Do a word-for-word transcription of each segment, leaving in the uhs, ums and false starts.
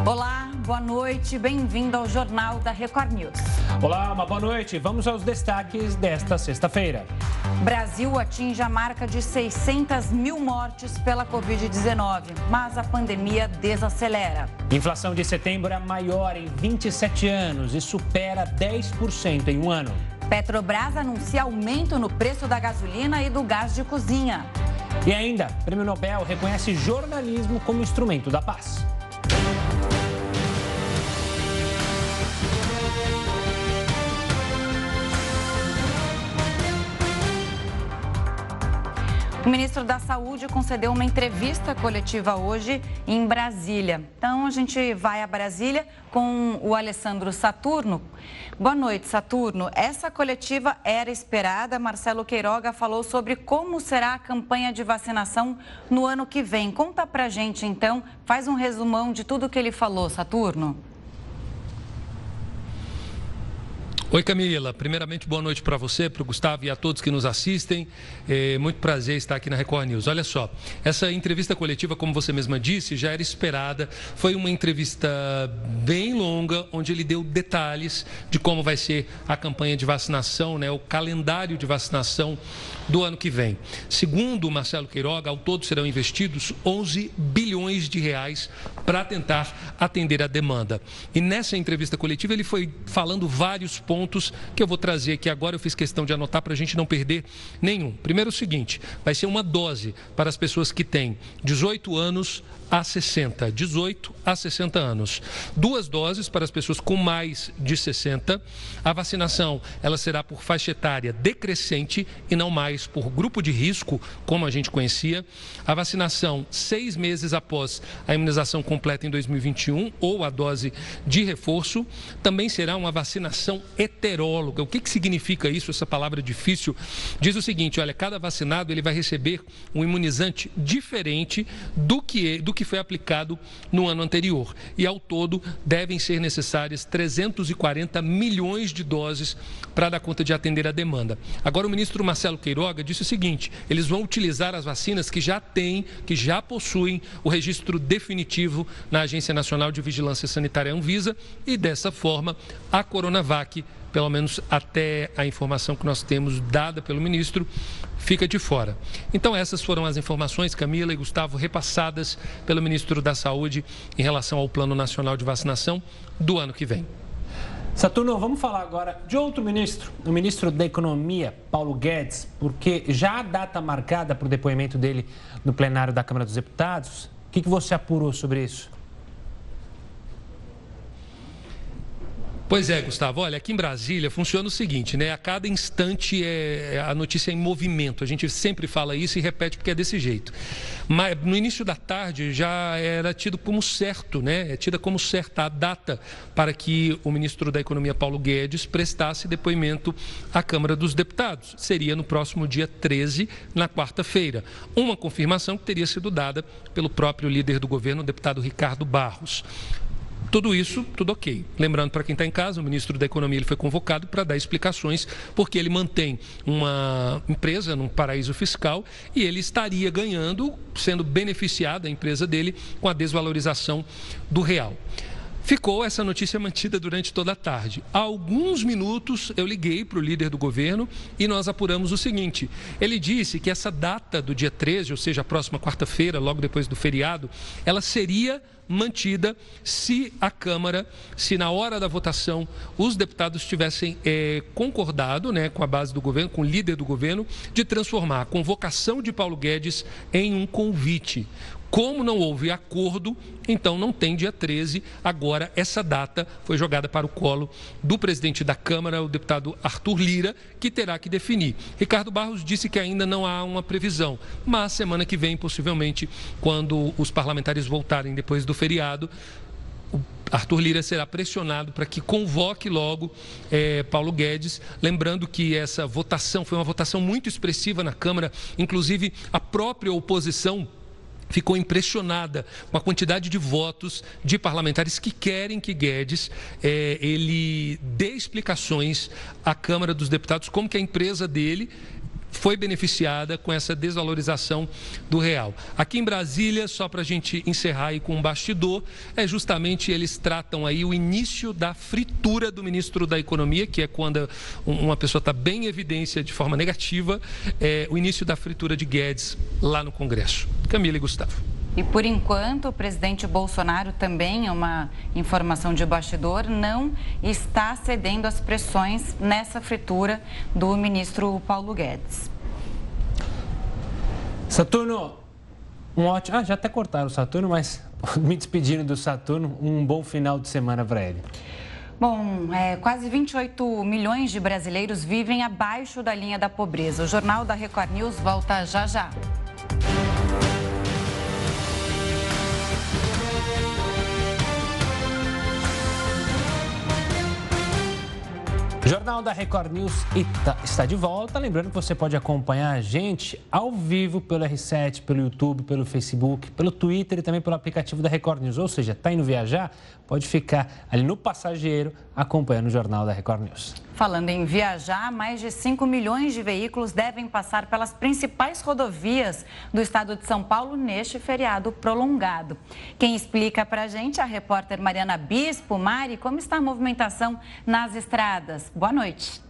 Olá, boa noite, bem-vindo ao Jornal da Record News. Olá, uma boa noite. Vamos aos destaques desta sexta-feira. Brasil atinge a marca de seiscentas mil mortes pela covid dezenove, mas a pandemia desacelera. Inflação de setembro é maior em vinte e sete anos e supera dez por cento em um ano. Petrobras anuncia aumento no preço da gasolina e do gás de cozinha. E ainda, o Prêmio Nobel reconhece jornalismo como instrumento da paz. O ministro da Saúde concedeu uma entrevista coletiva hoje em Brasília. Então, a gente vai a Brasília com o Alessandro Saturno. Boa noite, Saturno. Essa coletiva era esperada. Marcelo Queiroga falou sobre como será a campanha de vacinação no ano que vem. Conta pra gente, então, faz um resumão de tudo que ele falou, Saturno. Oi, Camila. Primeiramente, boa noite para você, para o Gustavo e a todos que nos assistem. É muito prazer estar aqui na Record News. Olha só, essa entrevista coletiva, como você mesma disse, já era esperada. Foi uma entrevista bem longa, onde ele deu detalhes de como vai ser a campanha de vacinação, né, o calendário de vacinação do ano que vem. Segundo o Marcelo Queiroga, ao todo serão investidos onze bilhões de reais para tentar atender a demanda. E nessa entrevista coletiva ele foi falando vários pontos que eu vou trazer aqui agora. Eu fiz questão de anotar para a gente não perder nenhum. Primeiro, o seguinte: vai ser uma dose para as pessoas que têm dezoito anos a sessenta, dezoito a sessenta anos. Duas doses para as pessoas com mais de sessenta. A vacinação, ela será por faixa etária decrescente e não mais por grupo de risco, como a gente conhecia. A vacinação seis meses após a imunização completa em dois mil e vinte e um ou a dose de reforço. Também será uma vacinação heteróloga. O que, que significa isso? Essa palavra difícil. Diz o seguinte: olha, cada vacinado ele vai receber um imunizante diferente do que, do que foi aplicado no ano anterior. E ao todo devem ser necessárias trezentos e quarenta milhões de doses para dar conta de atender a demanda. Agora, o ministro Marcelo Queiroga disse o seguinte: eles vão utilizar as vacinas que já têm, que já possuem o registro definitivo na Agência Nacional de Vigilância Sanitária Anvisa, e dessa forma a Coronavac, pelo menos até a informação que nós temos dada pelo ministro, fica de fora. Então, essas foram as informações, Camila e Gustavo, repassadas pelo ministro da Saúde em relação ao Plano Nacional de Vacinação do ano que vem. Saturno, vamos falar agora de outro ministro, o ministro da Economia, Paulo Guedes, porque já há data marcada para o depoimento dele no plenário da Câmara dos Deputados. O que, que você apurou sobre isso? Pois é, Gustavo. Olha, aqui em Brasília funciona o seguinte, né? A cada instante é a notícia é em movimento. A gente sempre fala isso e repete porque é desse jeito. Mas no início da tarde já era tido como certo, né? É tida como certa a data para que o ministro da Economia, Paulo Guedes, prestasse depoimento à Câmara dos Deputados. Seria no próximo dia treze, na quarta-feira. Uma confirmação que teria sido dada pelo próprio líder do governo, o deputado Ricardo Barros. Tudo isso, tudo ok. Lembrando para quem está em casa, o ministro da Economia ele foi convocado para dar explicações, porque ele mantém uma empresa num paraíso fiscal e ele estaria ganhando, sendo beneficiada a empresa dele com a desvalorização do real. Ficou essa notícia mantida durante toda a tarde. Há alguns minutos eu liguei para o líder do governo e nós apuramos o seguinte: ele disse que essa data do dia treze, ou seja, a próxima quarta-feira, logo depois do feriado, ela seria mantida se a Câmara, se na hora da votação os deputados tivessem é, concordado, né, com a base do governo, com o líder do governo, de transformar a convocação de Paulo Guedes em um convite. Como não houve acordo, então não tem dia treze. Agora, essa data foi jogada para o colo do presidente da Câmara, o deputado Arthur Lira, que terá que definir. Ricardo Barros disse que ainda não há uma previsão, mas semana que vem, possivelmente, quando os parlamentares voltarem depois do feriado, o Arthur Lira será pressionado para que convoque logo eh, Paulo Guedes. Lembrando que essa votação foi uma votação muito expressiva na Câmara, inclusive a própria oposição ficou impressionada com a quantidade de votos de parlamentares que querem que Guedes eh, ele dê explicações à Câmara dos Deputados como que a empresa dele foi beneficiada com essa desvalorização do real. Aqui em Brasília, só para a gente encerrar aí com um bastidor, é justamente eles tratam aí o início da fritura do ministro da Economia, que é quando uma pessoa está bem em evidência de forma negativa, é, o início da fritura de Guedes lá no Congresso. Camila e Gustavo. E, por enquanto, o presidente Bolsonaro também, é uma informação de bastidor, não está cedendo às pressões nessa fritura do ministro Paulo Guedes. Saturno, um ótimo... Ah, já até cortaram o Saturno, mas me despedindo do Saturno, um bom final de semana para ele. Bom, é, quase vinte e oito milhões de brasileiros vivem abaixo da linha da pobreza. O Jornal da Record News volta já já. O Jornal da Record News está de volta. Lembrando que você pode acompanhar a gente ao vivo pelo R sete, pelo YouTube, pelo Facebook, pelo Twitter e também pelo aplicativo da Record News. Ou seja, está indo viajar? Pode ficar ali no passageiro acompanhando o Jornal da Record News. Falando em viajar, mais de cinco milhões de veículos devem passar pelas principais rodovias do estado de São Paulo neste feriado prolongado. Quem explica para a gente é a repórter Mariana Bispo. Mari, como está a movimentação nas estradas? Boa noite.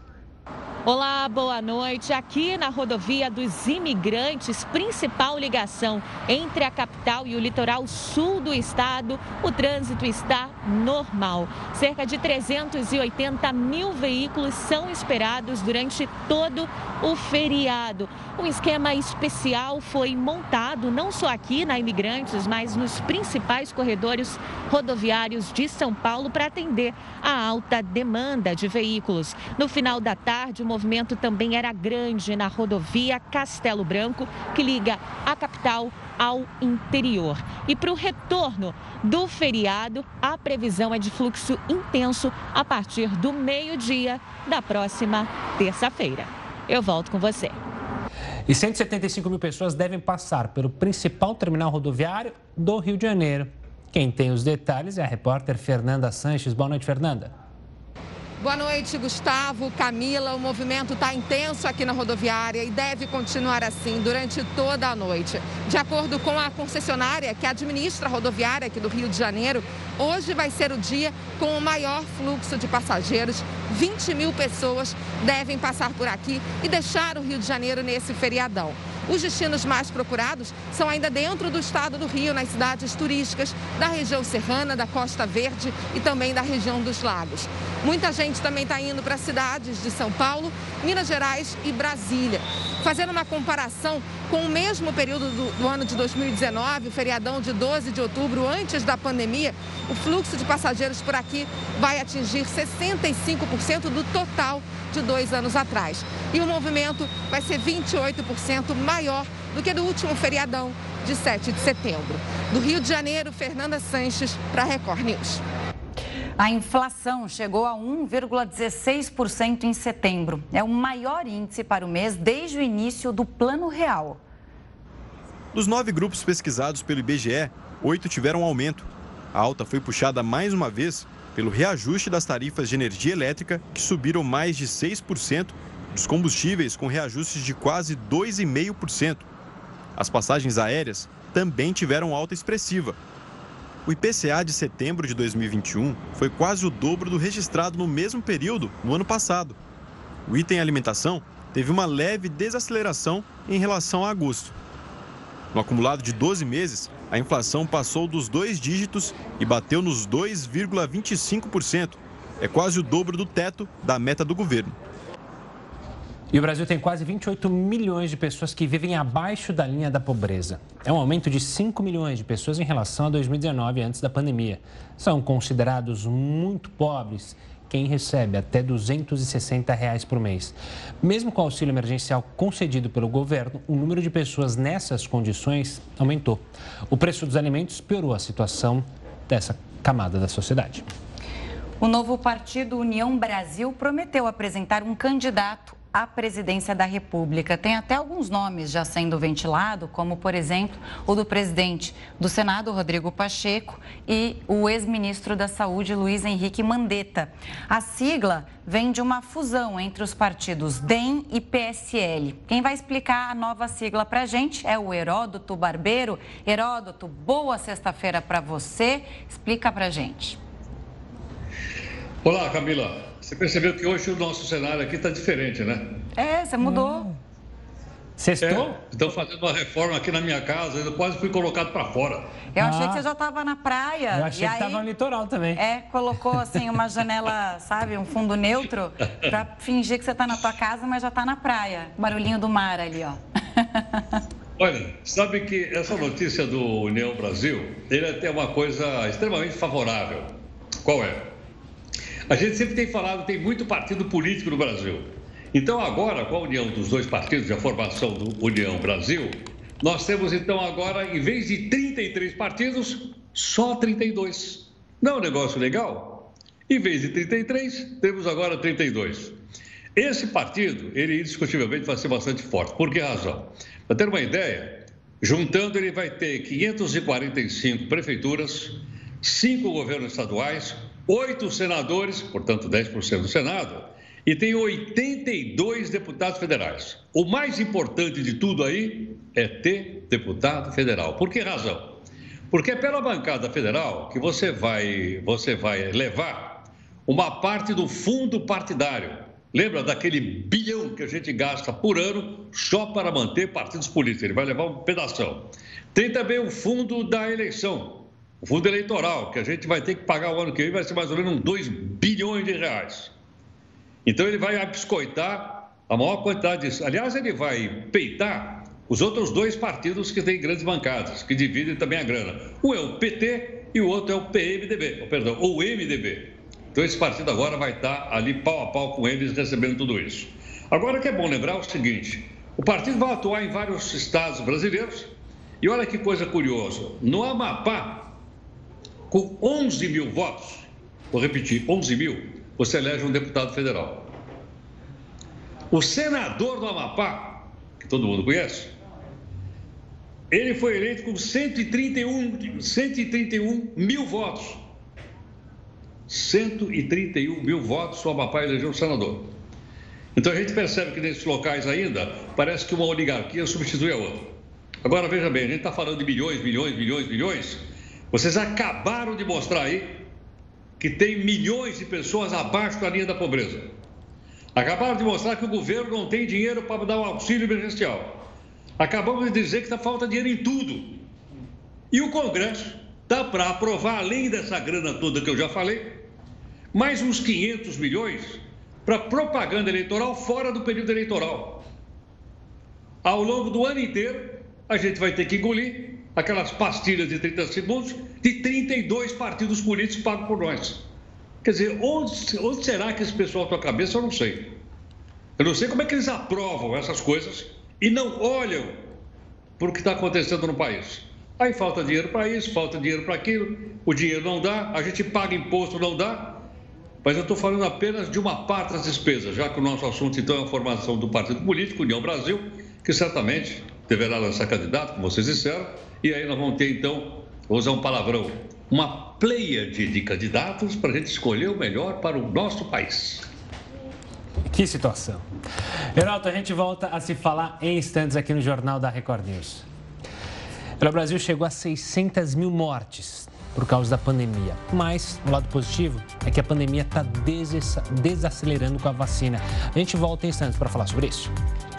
Olá, boa noite. Aqui na rodovia dos Imigrantes, principal ligação entre a capital e o litoral sul do estado, o trânsito está normal. Cerca de trezentos e oitenta mil veículos são esperados durante todo o feriado. Um esquema especial foi montado não só aqui na Imigrantes, mas nos principais corredores rodoviários de São Paulo para atender a alta demanda de veículos. No final da tarde, o movimento também era grande na rodovia Castelo Branco, que liga a capital ao interior. E para o retorno do feriado, a previsão é de fluxo intenso a partir do meio-dia da próxima terça-feira. Eu volto com você. E cento e setenta e cinco mil pessoas devem passar pelo principal terminal rodoviário do Rio de Janeiro. Quem tem os detalhes é a repórter Fernanda Sanches. Boa noite, Fernanda. Boa noite, Gustavo, Camila. O movimento está intenso aqui na rodoviária e deve continuar assim durante toda a noite. De acordo com a concessionária que administra a rodoviária aqui do Rio de Janeiro, hoje vai ser o dia com o maior fluxo de passageiros. vinte mil pessoas devem passar por aqui e deixar o Rio de Janeiro nesse feriadão. Os destinos mais procurados são ainda dentro do estado do Rio, nas cidades turísticas da região serrana, da Costa Verde e também da região dos Lagos. Muita gente também está indo para cidades de São Paulo, Minas Gerais e Brasília. Fazendo uma comparação com o mesmo período do, do ano de dois mil e dezenove, o feriadão de doze de outubro, antes da pandemia, o fluxo de passageiros por aqui vai atingir sessenta e cinco por cento do total de dois anos atrás. E o movimento vai ser vinte e oito por cento maior do que do último feriadão de sete de setembro. Do Rio de Janeiro, Fernanda Sanches, para a Record News. A inflação chegou a um vírgula dezesseis por cento em setembro. É o maior índice para o mês desde o início do Plano Real. Dos nove grupos pesquisados pelo I B G E, oito tiveram aumento. A alta foi puxada mais uma vez pelo reajuste das tarifas de energia elétrica, que subiram mais de seis por cento, dos combustíveis com reajustes de quase dois vírgula cinco por cento. As passagens aéreas também tiveram alta expressiva. O I P C A de setembro de dois mil e vinte e um foi quase o dobro do registrado no mesmo período no ano passado. O item alimentação teve uma leve desaceleração em relação a agosto. No acumulado de doze meses, a inflação passou dos dois dígitos e bateu nos dois vírgula vinte e cinco por cento. É quase o dobro do teto da meta do governo. E o Brasil tem quase vinte e oito milhões de pessoas que vivem abaixo da linha da pobreza. É um aumento de cinco milhões de pessoas em relação a dois mil e dezenove, antes da pandemia. São considerados muito pobres quem recebe até duzentos e sessenta reais por mês. Mesmo com o auxílio emergencial concedido pelo governo, o número de pessoas nessas condições aumentou. O preço dos alimentos piorou a situação dessa camada da sociedade. O novo partido União Brasil prometeu apresentar um candidato à presidência da República. Tem até alguns nomes já sendo ventilados, como, por exemplo, o do presidente do Senado, Rodrigo Pacheco, e o ex-ministro da Saúde, Luiz Henrique Mandetta. A sigla vem de uma fusão entre os partidos D E M e P S L. Quem vai explicar a nova sigla para a gente é o Heródoto Barbeiro. Heródoto, boa sexta-feira para você. Explica para a gente. Olá, Camila. Você percebeu que hoje o nosso cenário aqui está diferente, né? É, você mudou. Sextou? É, estão fazendo uma reforma aqui na minha casa, eu quase fui colocado para fora. Eu achei Ah. que você já estava na praia. Eu achei e que aí, estava no litoral também. É, colocou assim uma janela, sabe, um fundo neutro, para fingir que você está na tua casa, mas já está na praia. Barulhinho do mar ali, ó. Olha, sabe que essa notícia do União Brasil, ele tem uma coisa extremamente favorável. Qual é? A gente sempre tem falado, tem muito partido político no Brasil. Então agora, com a união dos dois partidos, a formação do União Brasil, nós temos então agora, em vez de trinta e três partidos, só trinta e dois. Não é um negócio legal? Em vez de trinta e três, temos agora trinta e dois. Esse partido, ele indiscutivelmente vai ser bastante forte. Por que razão? Para ter uma ideia, juntando ele vai ter quinhentas e quarenta e cinco prefeituras, cinco governos estaduais, oito senadores, portanto dez por cento do Senado, e tem oitenta e dois deputados federais. O mais importante de tudo aí é ter deputado federal. Por que razão? Porque é pela bancada federal que você vai, você vai levar uma parte do fundo partidário. Lembra daquele bilhão que a gente gasta por ano só para manter partidos políticos? Ele vai levar um pedação. Tem também o fundo da eleição. O fundo eleitoral, que a gente vai ter que pagar o ano que vem, vai ser mais ou menos dois bilhões de reais. Então, ele vai biscoitar a maior quantidade disso. Aliás, ele vai peitar os outros dois partidos que têm grandes bancadas, que dividem também a grana. Um é o P T e o outro é o P M D B, perdão, ou M D B. Então, esse partido agora vai estar ali pau a pau com eles, recebendo tudo isso. Agora, o que é bom lembrar é o seguinte, o partido vai atuar em vários estados brasileiros e olha que coisa curiosa, no Amapá, com onze mil votos, vou repetir, onze mil, você elege um deputado federal. O senador do Amapá, que todo mundo conhece, ele foi eleito com cento e trinta e um, cento e trinta e um mil votos. cento e trinta e um mil votos, o Amapá elegeu um senador. Então a gente percebe que nesses locais ainda, parece que uma oligarquia substitui a outra. Agora veja bem, a gente está falando de milhões, milhões, milhões, milhões. Vocês acabaram de mostrar aí que tem milhões de pessoas abaixo da linha da pobreza. Acabaram de mostrar que o governo não tem dinheiro para dar um auxílio emergencial. Acabamos de dizer que está falta dinheiro em tudo. E o Congresso está para aprovar, além dessa grana toda que eu já falei, mais uns quinhentos milhões para propaganda eleitoral fora do período eleitoral. Ao longo do ano inteiro, a gente vai ter que engolir aquelas pastilhas de trinta segundos de trinta e dois partidos políticos pagos por nós. Quer dizer, onde, onde será que esse pessoal está a cabeça, eu não sei. Eu não sei como é que eles aprovam essas coisas e não olham para o que está acontecendo no país. Aí falta dinheiro para isso, falta dinheiro para aquilo, o dinheiro não dá, a gente paga imposto, não dá. Mas eu estou falando apenas de uma parte das despesas, já que o nosso assunto, então, é a formação do partido político, União Brasil, que certamente deverá lançar candidato, como vocês disseram, e aí nós vamos ter, então, vou usar um palavrão, uma pleiade de candidatos para a gente escolher o melhor para o nosso país. Que situação. Heraldo, a gente volta a se falar em instantes aqui no Jornal da Record News. O Brasil chegou a seiscentas mil mortes por causa da pandemia. Mas o lado positivo é que a pandemia está desacelerando com a vacina. A gente volta em instantes para falar sobre isso.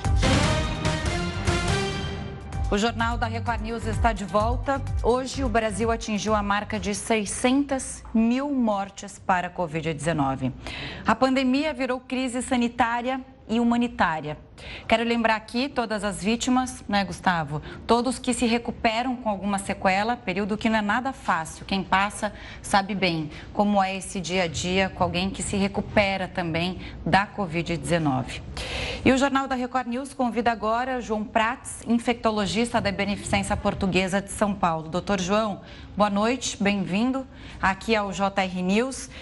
O Jornal da Record News está de volta. Hoje, o Brasil atingiu a marca de seiscentas mil mortes para a covid dezenove. A pandemia virou crise sanitária e humanitária. Quero lembrar aqui todas as vítimas, né, Gustavo? Todos que se recuperam com alguma sequela, período que não é nada fácil. Quem passa sabe bem como é esse dia a dia com alguém que se recupera também da covid dezenove. E o Jornal da Record News convida agora João Prats, infectologista da Beneficência Portuguesa de São Paulo. Doutor João, boa noite, bem-vindo aqui ao J R News.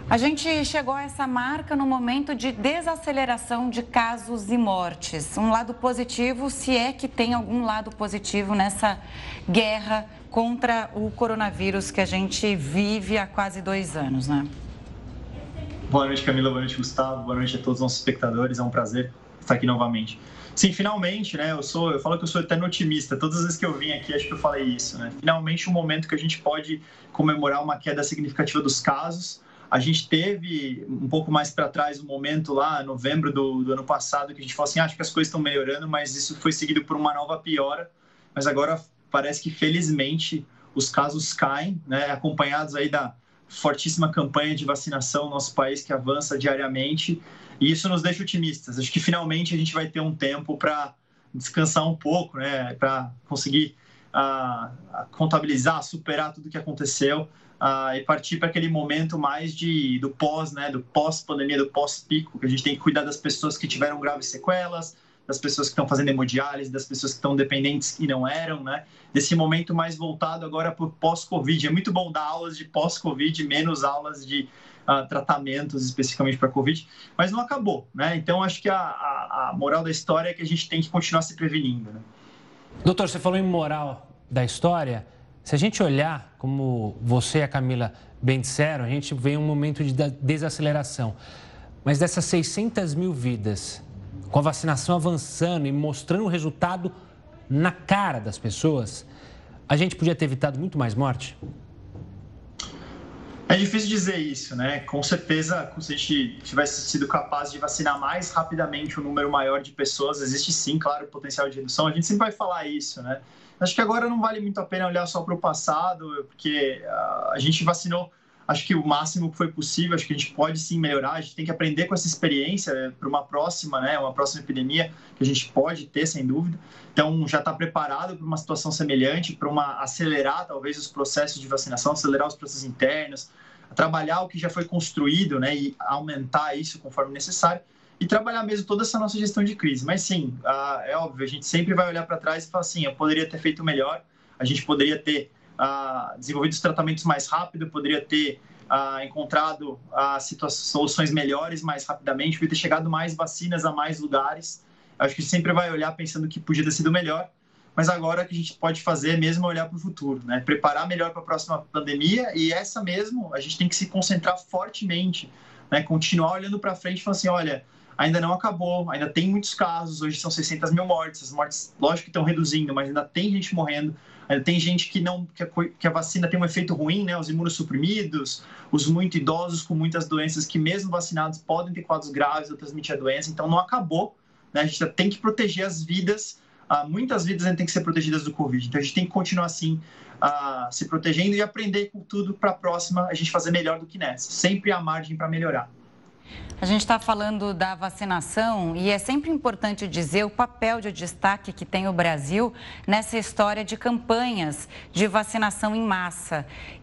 A gente chegou a essa marca no momento de desaceleração de casos e mortes. Um lado positivo, se é que tem algum lado positivo nessa guerra contra o coronavírus que a gente vive há quase dois anos, né? Boa noite, Camila. Boa noite, Gustavo. Boa noite a todos os nossos espectadores. É um prazer estar aqui novamente. Sim, finalmente, né? Eu, sou, eu falo que eu sou eterno otimista. Todas as vezes que eu vim aqui, acho que eu falei isso, né? Finalmente, um momento que a gente pode comemorar uma queda significativa dos casos. A gente teve um pouco mais para trás um momento lá, novembro do, do ano passado, que a gente falou assim, ah, acho que as coisas estão melhorando, mas isso foi seguido por uma nova piora. Mas agora parece que, felizmente, os casos caem, né, acompanhados aí da fortíssima campanha de vacinação no nosso país, que avança diariamente. E isso nos deixa otimistas. Acho que, finalmente, a gente vai ter um tempo para descansar um pouco, né, para conseguir uh, contabilizar, superar tudo o que aconteceu. Uh, e partir para aquele momento mais de, do pós, né, do pós-pandemia, do pós-pico, que a gente tem que cuidar das pessoas que tiveram graves sequelas, das pessoas que estão fazendo hemodiálise, das pessoas que estão dependentes e não eram, né, desse momento mais voltado agora para o pós-Covid. É muito bom dar aulas de pós-Covid, menos aulas de uh, tratamentos especificamente para Covid, mas não acabou, né, então acho que a, a, a moral da história é que a gente tem que continuar se prevenindo, né? Doutor, você falou em moral da história. Se a gente olhar, como você e a Camila bem disseram, a gente vê um momento de desaceleração. Mas dessas seiscentas mil vidas, com a vacinação avançando e mostrando o resultado na cara das pessoas, a gente podia ter evitado muito mais morte? É difícil dizer isso, né? Com certeza, se a gente tivesse sido capaz de vacinar mais rapidamente um número maior de pessoas, existe sim, claro, o potencial de redução. A gente sempre vai falar isso, né? Acho que agora não vale muito a pena olhar só para o passado, porque uh, a gente vacinou, acho que o máximo que foi possível, acho que a gente pode sim melhorar, a gente tem que aprender com essa experiência para uma próxima, né, uma próxima epidemia que a gente pode ter, sem dúvida. Então, já está preparado para uma situação semelhante, para uma acelerar talvez os processos de vacinação, acelerar os processos internos, trabalhar o que já foi construído, né, e aumentar isso conforme necessário. E trabalhar mesmo toda essa nossa gestão de crise. Mas sim, uh, é óbvio, a gente sempre vai olhar para trás e falar assim, eu poderia ter feito melhor, a gente poderia ter uh, desenvolvido os tratamentos mais rápido, poderia ter uh, encontrado uh, soluções melhores mais rapidamente, poderia ter chegado mais vacinas a mais lugares. Acho que sempre vai olhar pensando que podia ter sido melhor, mas agora o que a gente pode fazer é mesmo olhar para o futuro, né? Preparar melhor para a próxima pandemia, e essa mesmo, a gente tem que se concentrar fortemente, né? Continuar olhando para frente e falar assim, olha, ainda não acabou, ainda tem muitos casos, hoje são seiscentas mil mortes, as mortes, lógico que estão reduzindo, mas ainda tem gente morrendo, ainda tem gente que, não, que, a, que a vacina tem um efeito ruim, né? Os imunossuprimidos, os muito idosos com muitas doenças que mesmo vacinados podem ter quadros graves ou transmitir a doença, então não acabou, né? A gente ainda tem que proteger as vidas, uh, muitas vidas ainda tem que ser protegidas do Covid, então a gente tem que continuar assim, uh, se protegendo e aprender com tudo para a próxima a gente fazer melhor do que nessa, sempre há margem para melhorar. A gente está falando da vacinação e é sempre importante dizer o papel de destaque que tem o Brasil nessa história de campanhas de vacinação em massa.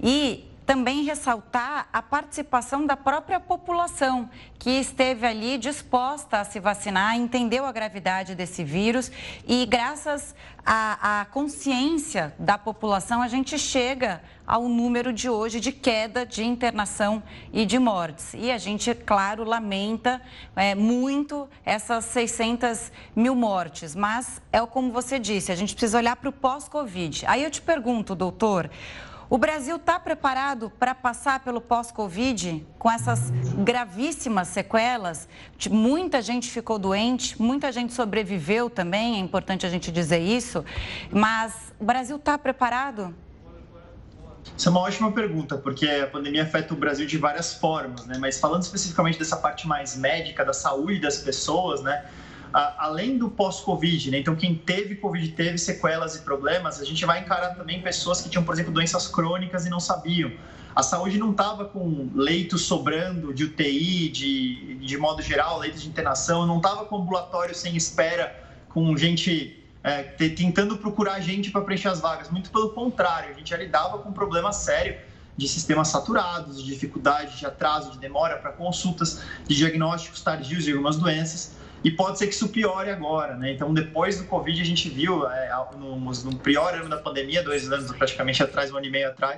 E também ressaltar a participação da própria população, que esteve ali disposta a se vacinar, entendeu a gravidade desse vírus e graças à, à consciência da população, a gente chega ao número de hoje de queda de internação e de mortes. E a gente, claro, lamenta é, muito essas seiscentas mil mortes, mas é como você disse, a gente precisa olhar para o pós-Covid. Aí eu te pergunto, doutor, o Brasil está preparado para passar pelo pós-Covid com essas gravíssimas sequelas? Muita gente ficou doente, muita gente sobreviveu também, é importante a gente dizer isso, mas o Brasil está preparado? Isso é uma ótima pergunta, porque a pandemia afeta o Brasil de várias formas, né? Mas falando especificamente dessa parte mais médica, da saúde das pessoas, né? Além do pós-Covid, né? Então quem teve Covid teve sequelas e problemas, a gente vai encarar também pessoas que tinham, por exemplo, doenças crônicas e não sabiam. A saúde não estava com leitos sobrando de U T I, de, de modo geral, leitos de internação, não estava com ambulatório sem espera, com gente é, tentando procurar gente para preencher as vagas. Muito pelo contrário, a gente já lidava com um problema sério de sistemas saturados, de dificuldade, de atraso, de demora para consultas, de diagnósticos tardios de algumas doenças. E pode ser que isso piore agora, né? Então, depois do Covid, a gente viu, é, no, no pior ano da pandemia, dois anos praticamente atrás, um ano e meio atrás,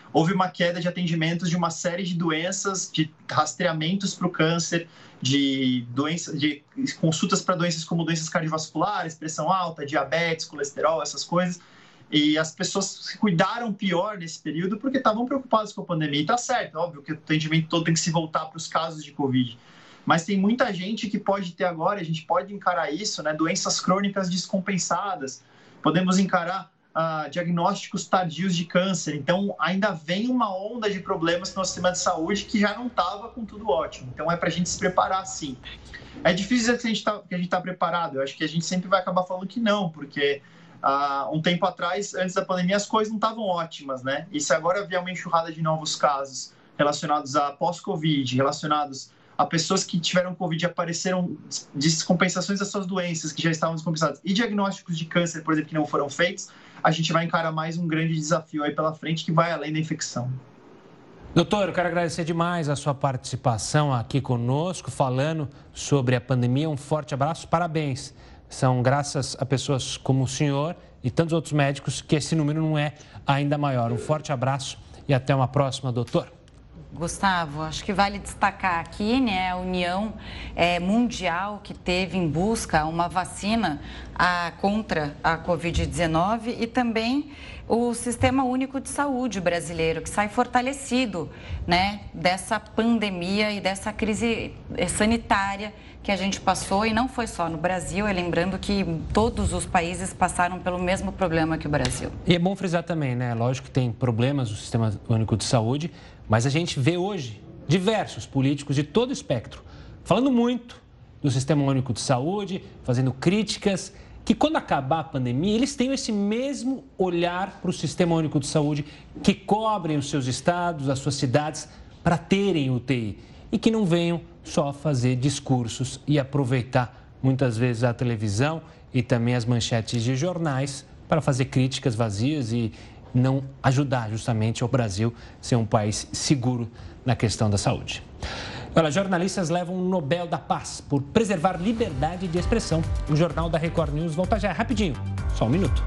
houve uma queda de atendimentos de uma série de doenças, de rastreamentos para o câncer, de, doença, de consultas para doenças como doenças cardiovasculares, pressão alta, diabetes, colesterol, essas coisas. E as pessoas se cuidaram pior nesse período porque estavam preocupadas com a pandemia. E tá certo, óbvio que o atendimento todo tem que se voltar para os casos de Covid. Mas tem muita gente que pode ter agora, a gente pode encarar isso, né? Doenças crônicas descompensadas. Podemos encarar ah, diagnósticos tardios de câncer. Então, ainda vem uma onda de problemas no nosso sistema de saúde que já não estava com tudo ótimo. Então, é para a gente se preparar, sim. É difícil dizer que a gente está que a gente tá preparado. Eu acho que a gente sempre vai acabar falando que não, porque ah, um tempo atrás, antes da pandemia, as coisas não estavam ótimas, né? E se agora vier uma enxurrada de novos casos relacionados a pós-Covid, relacionados a pessoas que tiveram Covid e apareceram descompensações das suas doenças que já estavam descompensadas e diagnósticos de câncer, por exemplo, que não foram feitos, a gente vai encarar mais um grande desafio aí pela frente que vai além da infecção. Doutor, eu quero agradecer demais a sua participação aqui conosco, falando sobre a pandemia. Um forte abraço, parabéns. São graças a pessoas como o senhor e tantos outros médicos que esse número não é ainda maior. Um forte abraço e até uma próxima, doutor. Gustavo, acho que vale destacar aqui, né, a união é, mundial que teve em busca uma vacina a, contra a covid dezenove e também o Sistema Único de Saúde brasileiro, que sai fortalecido, né, dessa pandemia e dessa crise sanitária que a gente passou, e não foi só no Brasil, é lembrando que todos os países passaram pelo mesmo problema que o Brasil. E é bom frisar também, né, lógico que tem problemas no Sistema Único de Saúde, mas a gente vê hoje diversos políticos de todo o espectro falando muito do Sistema Único de Saúde, fazendo críticas, que quando acabar a pandemia, eles tenham esse mesmo olhar para o Sistema Único de Saúde, que cobrem os seus estados, as suas cidades, para terem U T I. E que não venham só fazer discursos e aproveitar muitas vezes a televisão e também as manchetes de jornais para fazer críticas vazias e não ajudar justamente o Brasil a ser um país seguro na questão da saúde. Olha, jornalistas levam um Nobel da Paz por preservar liberdade de expressão. O Jornal da Record News volta já, rapidinho, só um minuto.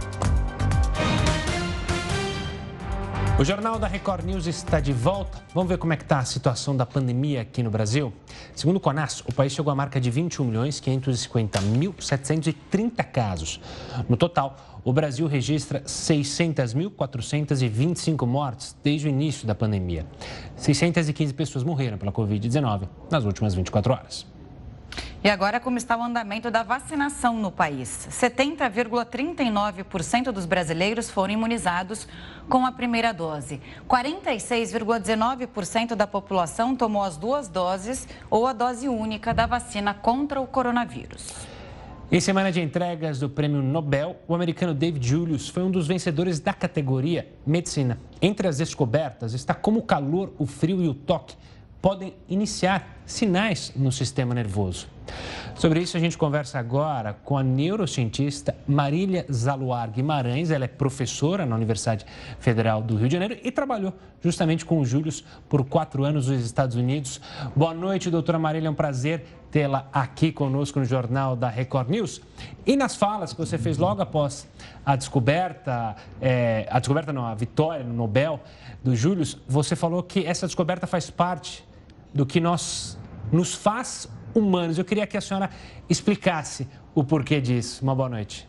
O Jornal da Record News está de volta. Vamos ver como é que está a situação da pandemia aqui no Brasil. Segundo o CONAS, o país chegou à marca de vinte e um milhões quinhentos e cinquenta mil setecentos e trinta casos. No total, o Brasil registra seiscentas mil quatrocentas e vinte e cinco mortes desde o início da pandemia. seiscentas e quinze pessoas morreram pela covid dezenove nas últimas vinte e quatro horas. E agora, como está o andamento da vacinação no país? setenta vírgula trinta e nove por cento dos brasileiros foram imunizados com a primeira dose. quarenta e seis vírgula dezenove por cento da população tomou as duas doses ou a dose única da vacina contra o coronavírus. Em semana de entregas do Prêmio Nobel, o americano David Julius foi um dos vencedores da categoria Medicina. Entre as descobertas está como o calor, o frio e o toque podem iniciar sinais no sistema nervoso. Sobre isso, a gente conversa agora com a neurocientista Marília Zaluar Guimarães. Ela é professora na Universidade Federal do Rio de Janeiro e trabalhou justamente com o Julius por quatro anos nos Estados Unidos. Boa noite, doutora Marília. É um prazer tê-la aqui conosco no Jornal da Record News. E nas falas que você fez logo após a descoberta, é, a descoberta não, a vitória no Nobel do Julius, você falou que essa descoberta faz parte do que nós nos faz humanos. Eu queria que a senhora explicasse o porquê disso. Uma boa noite.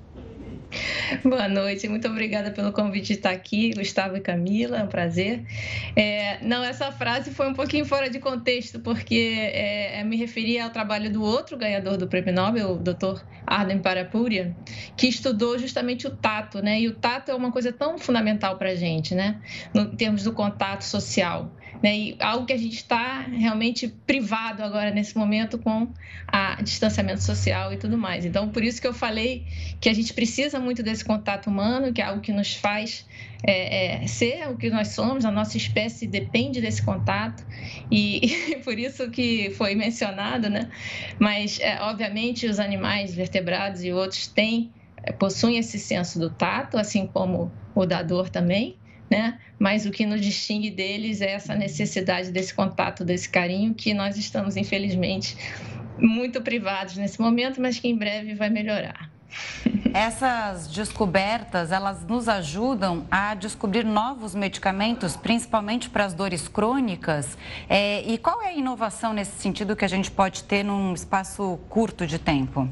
Boa noite, muito obrigada pelo convite de estar aqui, Gustavo e Camila, é um prazer. É, não, essa frase foi um pouquinho fora de contexto, porque é, me referia ao trabalho do outro ganhador do Prêmio Nobel, o doutor Arden Parapurian, que estudou justamente o tato, né? E o tato é uma coisa tão fundamental para a gente, né? No, em termos do contato social. Né, e algo que a gente está realmente privado agora nesse momento com a distanciamento social e tudo mais. Então, por isso que eu falei que a gente precisa muito desse contato humano, que é algo que nos faz é, é, ser o que nós somos, a nossa espécie depende desse contato e, e por isso que foi mencionado, né? Mas, é, obviamente, os animais vertebrados e outros têm, possuem esse senso do tato, assim como o da dor também. Né? Mas o que nos distingue deles é essa necessidade desse contato, desse carinho, que nós estamos, infelizmente, muito privados nesse momento, mas que em breve vai melhorar. Essas descobertas, elas nos ajudam a descobrir novos medicamentos, principalmente para as dores crônicas. É, e qual é a inovação nesse sentido que a gente pode ter num espaço curto de tempo?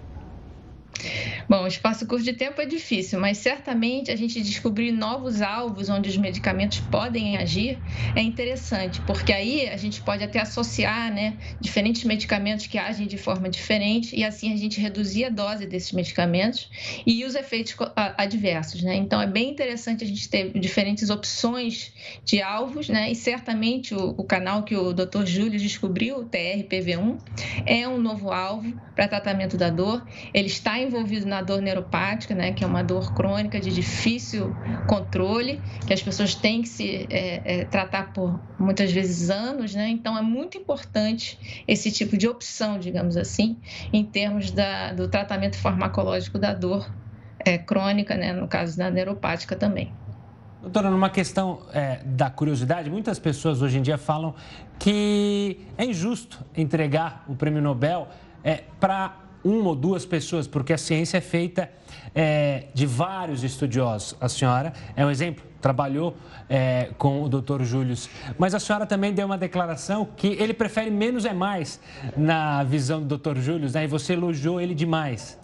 Bom, espaço curto de tempo é difícil, mas certamente a gente descobrir novos alvos onde os medicamentos podem agir é interessante, porque aí a gente pode até associar, né, diferentes medicamentos que agem de forma diferente e assim a gente reduzir a dose desses medicamentos e os efeitos adversos, né? Então é bem interessante a gente ter diferentes opções de alvos, né? E certamente o, o canal que o doutor Júlio descobriu, o T R P V um, é um novo alvo para tratamento da dor. Ele está envolvido na dor neuropática, né, que é uma dor crônica de difícil controle, que as pessoas têm que se é, é, tratar por muitas vezes anos, né? Então é muito importante esse tipo de opção, digamos assim, em termos da, do tratamento farmacológico da dor é, crônica, né, no caso da neuropática também. Doutora, numa questão é, da curiosidade, muitas pessoas hoje em dia falam que é injusto entregar o prêmio Nobel é, para uma ou duas pessoas, porque a ciência é feita é, de vários estudiosos. A senhora é um exemplo, trabalhou é, com o doutor Júlio, mas a senhora também deu uma declaração que ele prefere menos é mais na visão do doutor Júlio, né? E você elogiou ele demais.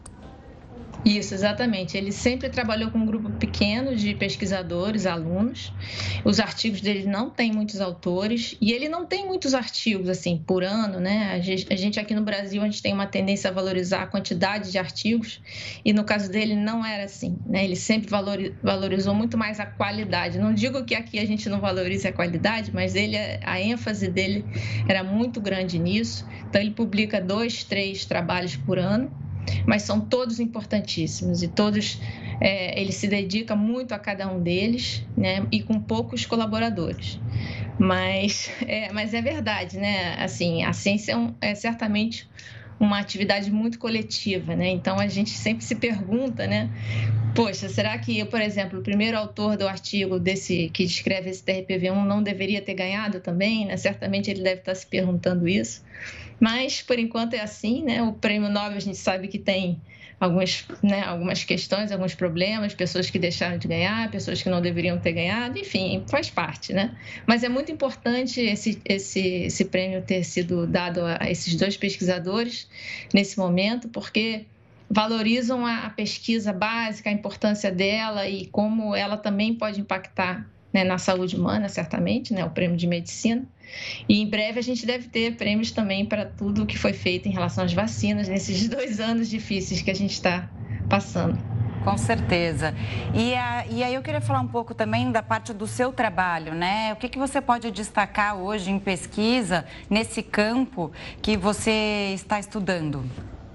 Isso, exatamente. Ele sempre trabalhou com um grupo pequeno de pesquisadores, alunos. Os artigos dele não têm muitos autores e ele não tem muitos artigos, assim, por ano, né? A gente, a gente aqui no Brasil, a gente tem uma tendência a valorizar a quantidade de artigos e no caso dele não era assim, né? Ele sempre valorizou muito mais a qualidade. Não digo que aqui a gente não valorize a qualidade, mas ele, a ênfase dele era muito grande nisso. Então, ele publica dois, três trabalhos por ano, mas são todos importantíssimos e todos, é, ele se dedica muito a cada um deles, né, e com poucos colaboradores. Mas é, mas é verdade, né? Assim, a ciência é, um, é certamente uma atividade muito coletiva, né? Então a gente sempre se pergunta, né? Poxa, será que eu, por exemplo, o primeiro autor do artigo desse que descreve esse T R P V um não deveria ter ganhado também, né? Certamente ele deve estar se perguntando isso. Mas, por enquanto, é assim, né? O prêmio Nobel, a gente sabe que tem algumas, né, algumas questões, alguns problemas, pessoas que deixaram de ganhar, pessoas que não deveriam ter ganhado, enfim, faz parte, né? Mas é muito importante esse, esse, esse prêmio ter sido dado a esses dois pesquisadores nesse momento, porque valorizam a pesquisa básica, a importância dela e como ela também pode impactar, né, na saúde humana, certamente, né, o prêmio de medicina. E em breve a gente deve ter prêmios também para tudo o que foi feito em relação às vacinas nesses dois anos difíceis que a gente está passando. Com certeza. E, a, e aí eu queria falar um pouco também da parte do seu trabalho, né? O que, que você pode destacar hoje em pesquisa nesse campo que você está estudando?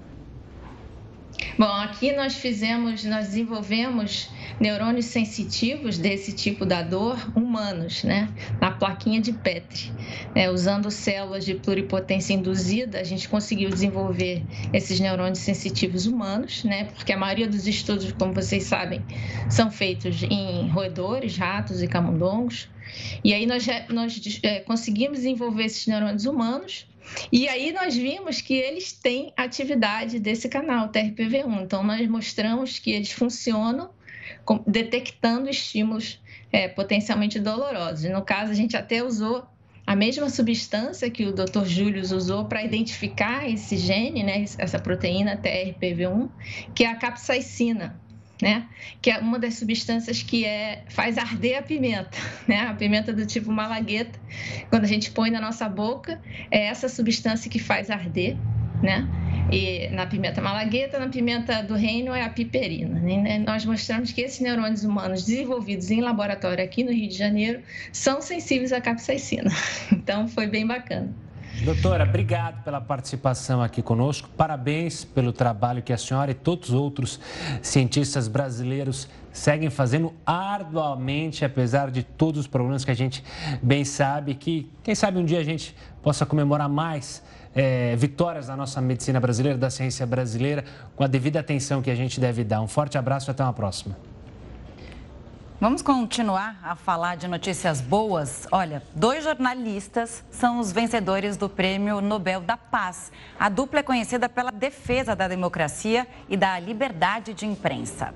Bom, aqui nós fizemos, nós desenvolvemos neurônios sensitivos desse tipo da dor humanos, né? Na plaquinha de Petri. É, usando células de pluripotência induzida, a gente conseguiu desenvolver esses neurônios sensitivos humanos, né? Porque a maioria dos estudos, como vocês sabem, são feitos em roedores, ratos e camundongos. E aí nós, nós é, conseguimos desenvolver esses neurônios humanos. E aí nós vimos que eles têm atividade desse canal, T R P V um. Então, nós mostramos que eles funcionam detectando estímulos é, potencialmente dolorosos. E, no caso, a gente até usou a mesma substância que o doutor Júlio usou para identificar esse gene, né, essa proteína T R P V um, que é a capsaicina, né? Que é uma das substâncias que é, faz arder a pimenta, né? A pimenta do tipo malagueta, quando a gente põe na nossa boca, é essa substância que faz arder, né? E na pimenta malagueta, na pimenta do reino é a piperina, né? Nós mostramos que esses neurônios humanos desenvolvidos em laboratório aqui no Rio de Janeiro são sensíveis à capsaicina. Então, foi bem bacana. Doutora, obrigado pela participação aqui conosco. Parabéns pelo trabalho que a senhora e todos os outros cientistas brasileiros seguem fazendo arduamente, apesar de todos os problemas que a gente bem sabe, que quem sabe um dia a gente possa comemorar mais é, vitórias da nossa medicina brasileira, da ciência brasileira, com a devida atenção que a gente deve dar. Um forte abraço e até uma próxima. Vamos continuar a falar de notícias boas? Olha, dois jornalistas são os vencedores do Prêmio Nobel da Paz. A dupla é conhecida pela defesa da democracia e da liberdade de imprensa.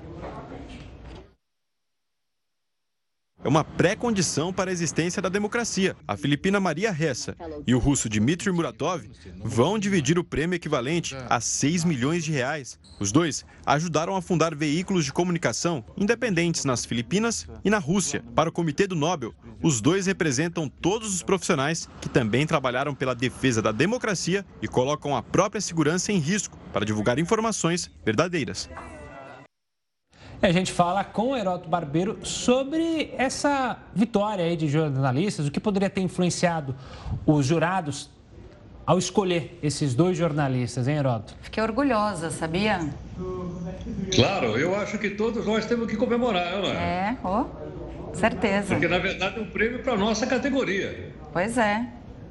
É uma pré-condição para a existência da democracia. A filipina Maria Ressa e o russo Dmitry Muratov vão dividir o prêmio equivalente a seis milhões de reais. Os dois ajudaram a fundar veículos de comunicação independentes nas Filipinas e na Rússia. Para o Comitê do Nobel, os dois representam todos os profissionais que também trabalharam pela defesa da democracia e colocam a própria segurança em risco para divulgar informações verdadeiras. A gente fala com o Heródoto Barbeiro sobre essa vitória aí de jornalistas, o que poderia ter influenciado os jurados ao escolher esses dois jornalistas, hein, Heródoto? Fiquei orgulhosa, sabia? Claro, eu acho que todos nós temos que comemorar, não é? É, oh, certeza. Porque, na verdade, é um prêmio para a nossa categoria. Pois é.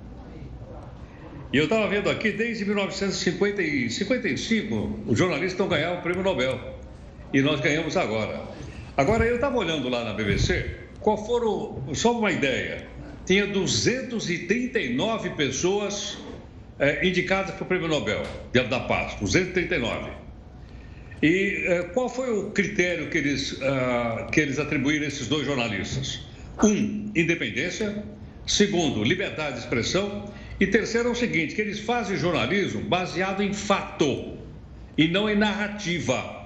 E eu estava vendo aqui, desde mil novecentos e cinquenta e cinco, os jornalistas não ganhavam o prêmio Nobel. E nós ganhamos agora. Agora, eu estava olhando lá na B B C, qual foram, só uma ideia, tinha duzentas e trinta e nove pessoas é, indicadas para o Prêmio Nobel da Paz, duzentas e trinta e nove. E é, qual foi o critério que eles, uh, que eles atribuíram a esses dois jornalistas? Um, independência. Segundo, liberdade de expressão. E terceiro é o seguinte, que eles fazem jornalismo baseado em fato e não em narrativa.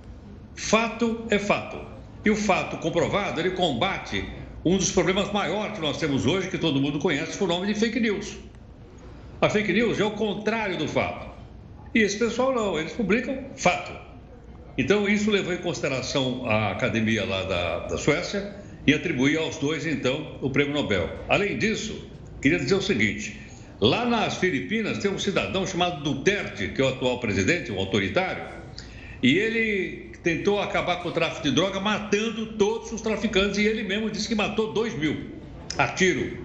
Fato é fato. E o fato comprovado, ele combate um dos problemas maiores que nós temos hoje, que todo mundo conhece, com o nome de fake news. A fake news é o contrário do fato. E esse pessoal não, eles publicam fato. Então, isso levou em consideração a academia lá da, da Suécia e atribuiu aos dois, então, o prêmio Nobel. Além disso, queria dizer o seguinte, lá nas Filipinas tem um cidadão chamado Duterte, que é o atual presidente, um autoritário, e ele tentou acabar com o tráfico de droga matando todos os traficantes e ele mesmo disse que matou dois mil a tiro.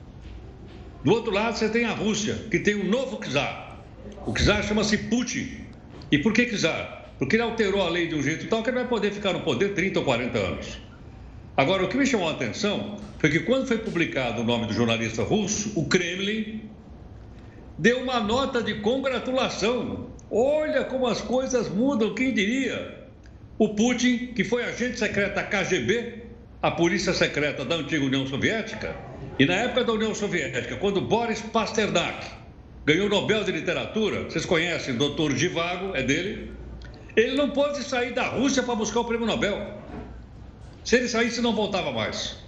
Do outro lado você tem a Rússia, que tem um novo czar. O czar chama-se Putin. E por que czar? Porque ele alterou a lei de um jeito tal que ele vai poder ficar no poder trinta ou quarenta anos. Agora, o que me chamou a atenção foi que quando foi publicado o nome do jornalista russo, o Kremlin deu uma nota de congratulação. Olha como as coisas mudam, quem diria? O Putin, que foi agente secreto da K G B, a polícia secreta da antiga União Soviética, e na época da União Soviética, quando Boris Pasternak ganhou o Nobel de Literatura, vocês conhecem, doutor Zhivago, é dele, ele não pôde sair da Rússia para buscar o prêmio Nobel. Se ele saísse, não voltava mais.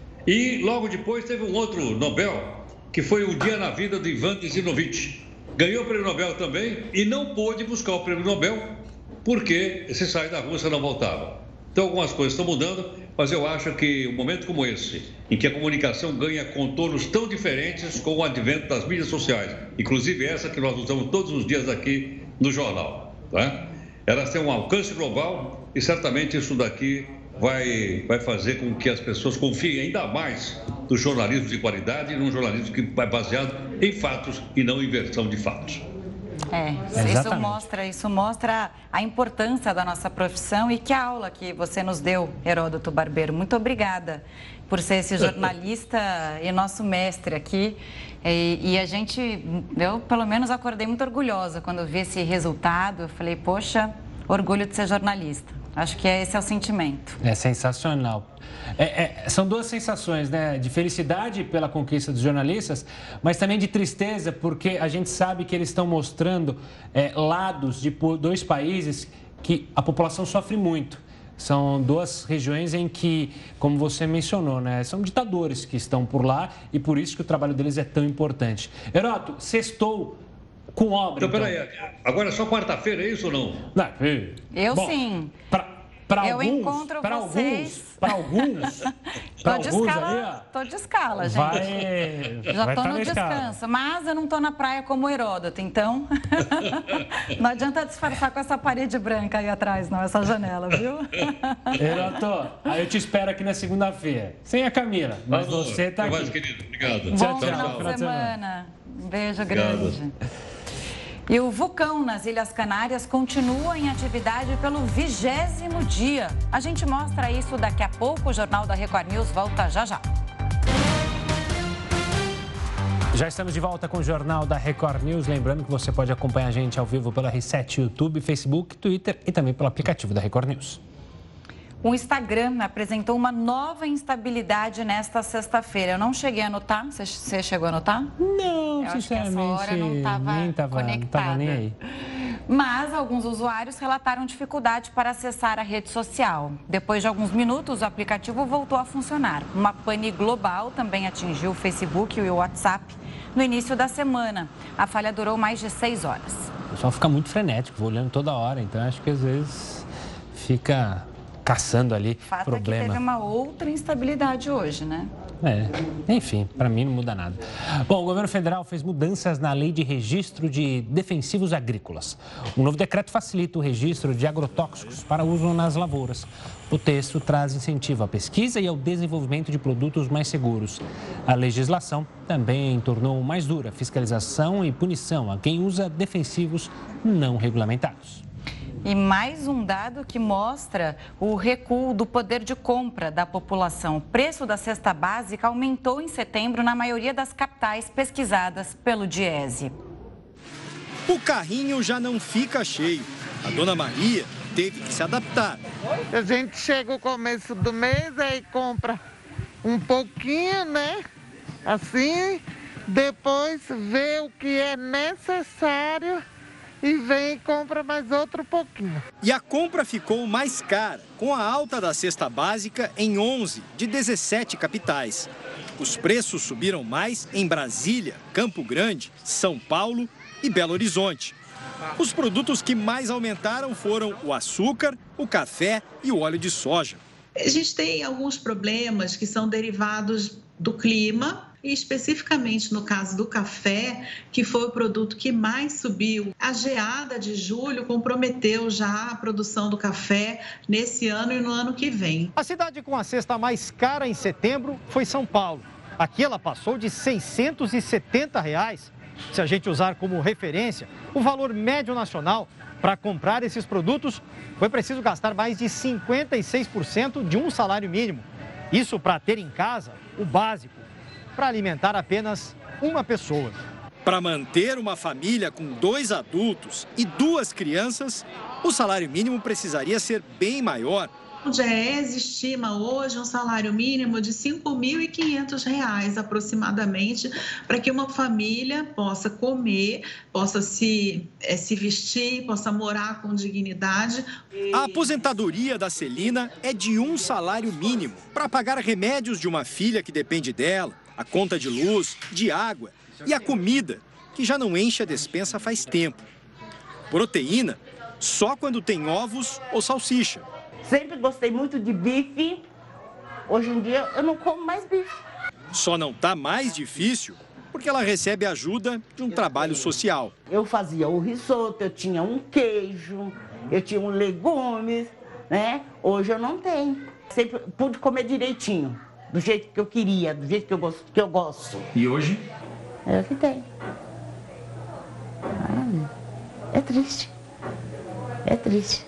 E logo depois teve um outro Nobel, que foi O Dia na Vida de Ivan Zinovich. Ganhou o prêmio Nobel também e não pôde buscar o prêmio Nobel, porque se sair da Rússia não voltava. Então, algumas coisas estão mudando, mas eu acho que um momento como esse, em que a comunicação ganha contornos tão diferentes com o advento das mídias sociais, inclusive essa que nós usamos todos os dias aqui no jornal, tá? Elas têm um alcance global e certamente isso daqui vai, vai fazer com que as pessoas confiem ainda mais no jornalismo de qualidade e num jornalismo que vai baseado em fatos e não em versão de fatos. É, isso mostra, isso mostra a importância da nossa profissão e que aula que você nos deu, Heródoto Barbeiro. Muito obrigada por ser esse jornalista e nosso mestre aqui. E, e a gente, eu pelo menos acordei muito orgulhosa quando eu vi esse resultado. Eu falei, poxa, orgulho de ser jornalista. Acho que esse é o sentimento. É sensacional. É, é, são duas sensações, né? De felicidade pela conquista dos jornalistas, mas também de tristeza, porque a gente sabe que eles estão mostrando é, lados de dois países que a população sofre muito. São duas regiões em que, como você mencionou, né? São ditadores que estão por lá e por isso que o trabalho deles é tão importante. Heródoto, sextou com obra. Então, peraí, agora é só quarta-feira, é isso ou não? Não, eu bom, sim. Para eu alguns, encontro pra vocês. Para alguns, para alguns, tô de escala, ali, ó, tô de escala, gente. Vai, Já vai tô tá no descanso, escala. mas eu não tô na praia como Heródoto, então não adianta disfarçar com essa parede branca aí atrás, não, essa janela, viu? Heródoto, aí eu te espero aqui na segunda-feira, sem a Camila, mas Vamos, você tá aqui. Mais, querido, obrigado. Bom Tchau, final tchau. de semana. Um beijo grande. E o vulcão nas Ilhas Canárias continua em atividade pelo vigésimo dia. A gente mostra isso daqui a pouco. O Jornal da Record News volta já já. Já estamos de volta com o Jornal da Record News. Lembrando que você pode acompanhar a gente ao vivo pela R sete, YouTube, Facebook, Twitter e também pelo aplicativo da Record News. O Instagram apresentou uma nova instabilidade nesta sexta-feira. Eu não cheguei a notar. Você, você chegou a notar? Não, eu sinceramente, acho que essa hora não estava conectada. Não tava nem aí. Mas alguns usuários relataram dificuldade para acessar a rede social. Depois de alguns minutos, o aplicativo voltou a funcionar. Uma pane global também atingiu o Facebook e o WhatsApp no início da semana. A falha durou mais de seis horas. O pessoal fica muito frenético, vou olhando toda hora, então acho que às vezes fica caçando ali o fato problema. É que teve uma outra instabilidade hoje, né? É, enfim, para mim não muda nada. Bom, o governo federal fez mudanças na lei de registro de defensivos agrícolas. Um novo decreto facilita o registro de agrotóxicos para uso nas lavouras. O texto traz incentivo à pesquisa e ao desenvolvimento de produtos mais seguros. A legislação também tornou mais dura a fiscalização e punição a quem usa defensivos não regulamentados. E mais um dado que mostra o recuo do poder de compra da população. O preço da cesta básica aumentou em setembro na maioria das capitais pesquisadas pelo Diese. O carrinho já não fica cheio. A dona Maria teve que se adaptar. A gente chega o começo do mês e compra um pouquinho, né? Assim, depois vê o que é necessário e vem e compra mais outro pouquinho. E a compra ficou mais cara, com a alta da cesta básica em onze de dezessete capitais. Os preços subiram mais em Brasília, Campo Grande, São Paulo e Belo Horizonte. Os produtos que mais aumentaram foram o açúcar, o café e o óleo de soja. A gente tem alguns problemas que são derivados do clima, e especificamente no caso do café, que foi o produto que mais subiu. A geada de julho comprometeu já a produção do café nesse ano e no ano que vem. A cidade com a cesta mais cara em setembro foi São Paulo. Aqui ela passou de seiscentos e setenta reais. Se a gente usar como referência o valor médio nacional para comprar esses produtos, foi preciso gastar mais de cinquenta e seis por cento de um salário mínimo. Isso para ter em casa o básico, para alimentar apenas uma pessoa. Para manter uma família com dois adultos e duas crianças, o salário mínimo precisaria ser bem maior. O Diese estima hoje um salário mínimo de cinco mil e quinhentos reais aproximadamente, para que uma família possa comer, possa se, é, se vestir, possa morar com dignidade. A aposentadoria da Celina é de um salário mínimo para pagar remédios de uma filha que depende dela, a conta de luz, de água e a comida, que já não enche a despensa faz tempo. Proteína, só quando tem ovos ou salsicha. Sempre gostei muito de bife. Hoje em dia eu não como mais bife. Só não está mais difícil porque ela recebe ajuda de um trabalho social. Eu fazia o risoto, eu tinha um queijo, eu tinha um legumes, né? Hoje eu não tenho. Sempre pude comer direitinho, do jeito que eu queria, do jeito que eu gosto. Que eu gosto. E hoje? É o que tem. É triste. É triste.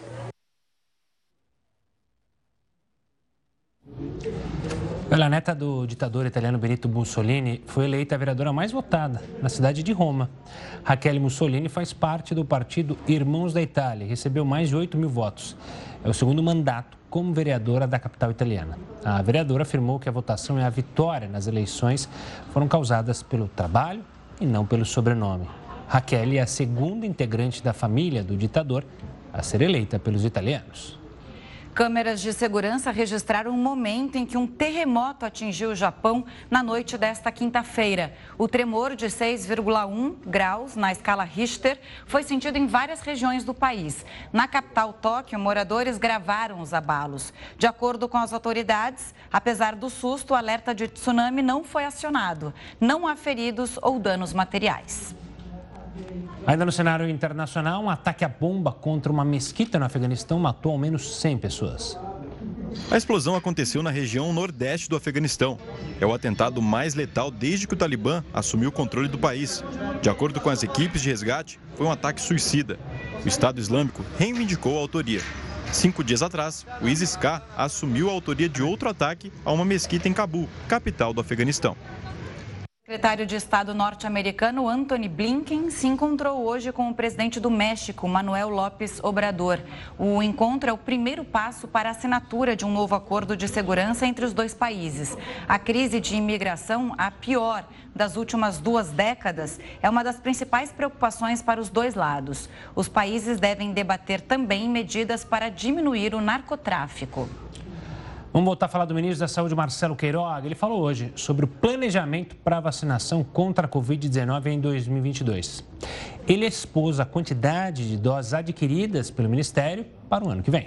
A neta do ditador italiano Benito Mussolini foi eleita a vereadora mais votada na cidade de Roma. Raquel Mussolini faz parte do partido Irmãos da Itália e recebeu mais de oito mil votos. É o segundo mandato como vereadora da capital italiana. A vereadora afirmou que a votação e a vitória nas eleições foram causadas pelo trabalho e não pelo sobrenome. Raquel é a segunda integrante da família do ditador a ser eleita pelos italianos. Câmeras de segurança registraram um momento em que um terremoto atingiu o Japão na noite desta quinta-feira. O tremor de seis vírgula um graus na escala Richter foi sentido em várias regiões do país. Na capital, Tóquio, moradores gravaram os abalos. De acordo com as autoridades, apesar do susto, o alerta de tsunami não foi acionado. Não há feridos ou danos materiais. Ainda no cenário internacional, um ataque à bomba contra uma mesquita no Afeganistão matou ao menos cem pessoas. A explosão aconteceu na região nordeste do Afeganistão. É o atentado mais letal desde que o Talibã assumiu o controle do país. De acordo com as equipes de resgate, foi um ataque suicida. O Estado Islâmico reivindicou a autoria. Cinco dias atrás, o ISIS-K assumiu a autoria de outro ataque a uma mesquita em Cabul, capital do Afeganistão. O secretário de Estado norte-americano Antony Blinken se encontrou hoje com o presidente do México, Manuel López Obrador. O encontro é o primeiro passo para a assinatura de um novo acordo de segurança entre os dois países. A crise de imigração, a pior das últimas duas décadas, é uma das principais preocupações para os dois lados. Os países devem debater também medidas para diminuir o narcotráfico. Vamos voltar a falar do ministro da Saúde, Marcelo Queiroga. Ele falou hoje sobre o planejamento para a vacinação contra a covid dezenove em dois mil e vinte e dois. Ele expôs a quantidade de doses adquiridas pelo Ministério para o ano que vem.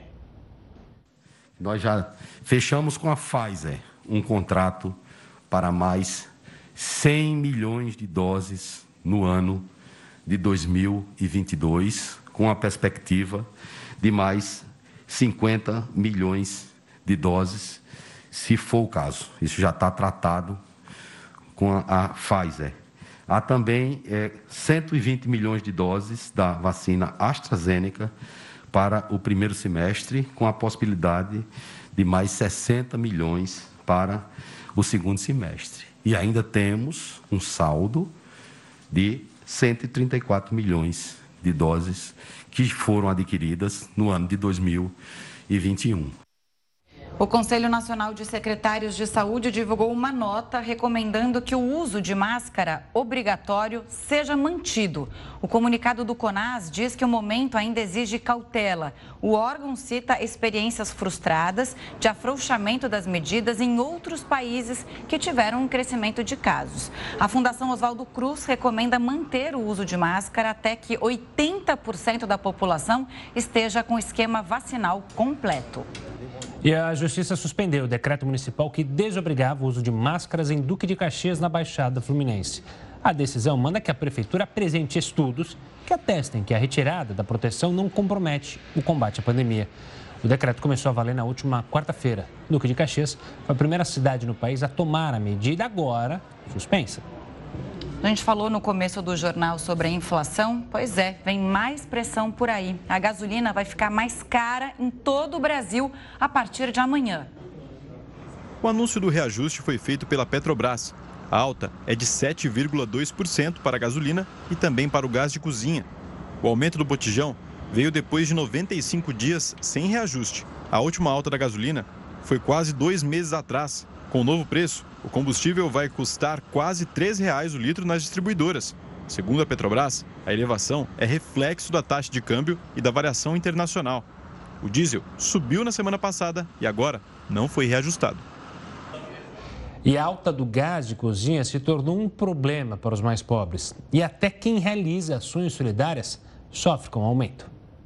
Nós já fechamos com a Pfizer um contrato para mais cem milhões de doses no ano de dois mil e vinte e dois, com a perspectiva de mais cinquenta milhões de doses, se for o caso. Isso já está tratado com a, a Pfizer. Há também é, cento e vinte milhões de doses da vacina AstraZeneca para o primeiro semestre, com a possibilidade de mais sessenta milhões para o segundo semestre. E ainda temos um saldo de cento e trinta e quatro milhões de doses que foram adquiridas no ano de dois mil e vinte e um. O Conselho Nacional de Secretários de Saúde divulgou uma nota recomendando que o uso de máscara obrigatório seja mantido. O comunicado do CONAS diz que o momento ainda exige cautela. O órgão cita experiências frustradas de afrouxamento das medidas em outros países que tiveram um crescimento de casos. A Fundação Oswaldo Cruz recomenda manter o uso de máscara até que oitenta por cento da população esteja com o esquema vacinal completo. E a Justiça suspendeu o decreto municipal que desobrigava o uso de máscaras em Duque de Caxias, na Baixada Fluminense. A decisão manda que a Prefeitura apresente estudos que atestem que a retirada da proteção não compromete o combate à pandemia. O decreto começou a valer na última quarta-feira. Duque de Caxias foi a primeira cidade no país a tomar a medida, agora suspensa. A gente falou no começo do jornal sobre a inflação. Pois é, vem mais pressão por aí. A gasolina vai ficar mais cara em todo o Brasil a partir de amanhã. O anúncio do reajuste foi feito pela Petrobras. A alta é de sete vírgula dois por cento para a gasolina e também para o gás de cozinha. O aumento do botijão veio depois de noventa e cinco dias sem reajuste. A última alta da gasolina foi quase dois meses atrás. Com o novo preço, o combustível vai custar quase três reais o litro nas distribuidoras. Segundo a Petrobras, a elevação é reflexo da taxa de câmbio e da variação internacional. O diesel subiu na semana passada e agora não foi reajustado. E a alta do gás de cozinha se tornou um problema para os mais pobres. E até quem realiza ações solidárias sofre com o aumento.